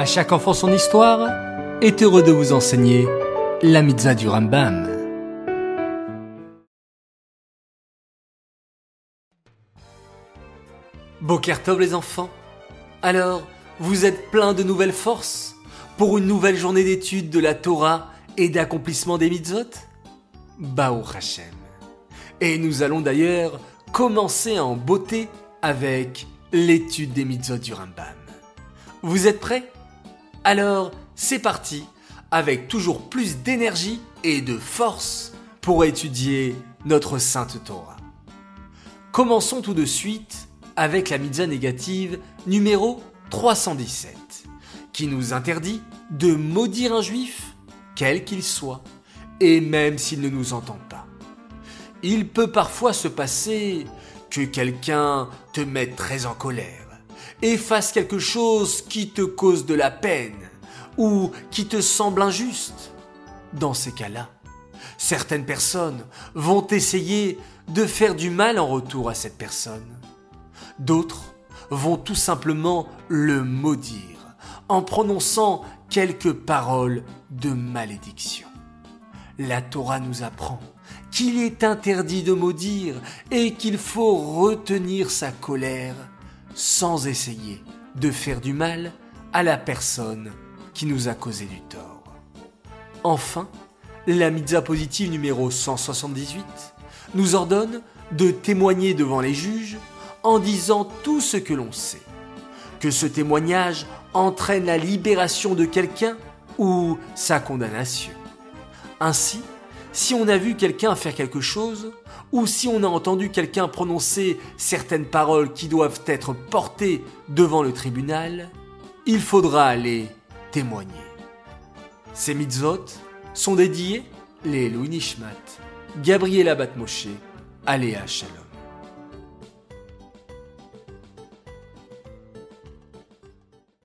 À chaque enfant son histoire est heureux de vous enseigner la mitzvah du Rambam. Boker Tov les enfants. Alors, vous êtes pleins de nouvelles forces pour une nouvelle journée d'études de la Torah et d'accomplissement des mitzvot? Baruch Hashem. Et nous allons d'ailleurs commencer en beauté avec l'étude des mitzvot du Rambam. Vous êtes prêts? Alors, c'est parti, avec toujours plus d'énergie et de force pour étudier notre Sainte Torah. Commençons tout de suite avec la mitzvah négative numéro 317, qui nous interdit de maudire un juif, quel qu'il soit, et même s'il ne nous entend pas. Il peut parfois se passer que quelqu'un te mette très en colère et fasse quelque chose qui te cause de la peine ou qui te semble injuste. Dans ces cas-là, certaines personnes vont essayer de faire du mal en retour à cette personne. D'autres vont tout simplement le maudire en prononçant quelques paroles de malédiction. La Torah nous apprend qu'il est interdit de maudire et qu'il faut retenir sa colère sans essayer de faire du mal à la personne qui nous a causé du tort. Enfin, la mitzvah positive numéro 178 nous ordonne de témoigner devant les juges en disant tout ce que l'on sait, que ce témoignage entraîne la libération de quelqu'un ou sa condamnation. Ainsi, si on a vu quelqu'un faire quelque chose, ou si on a entendu quelqu'un prononcer certaines paroles qui doivent être portées devant le tribunal, il faudra aller témoigner. Ces mitzvot sont dédiés les Louis Nishmat, Gabriela Bat Moshe, Aléa Shalom.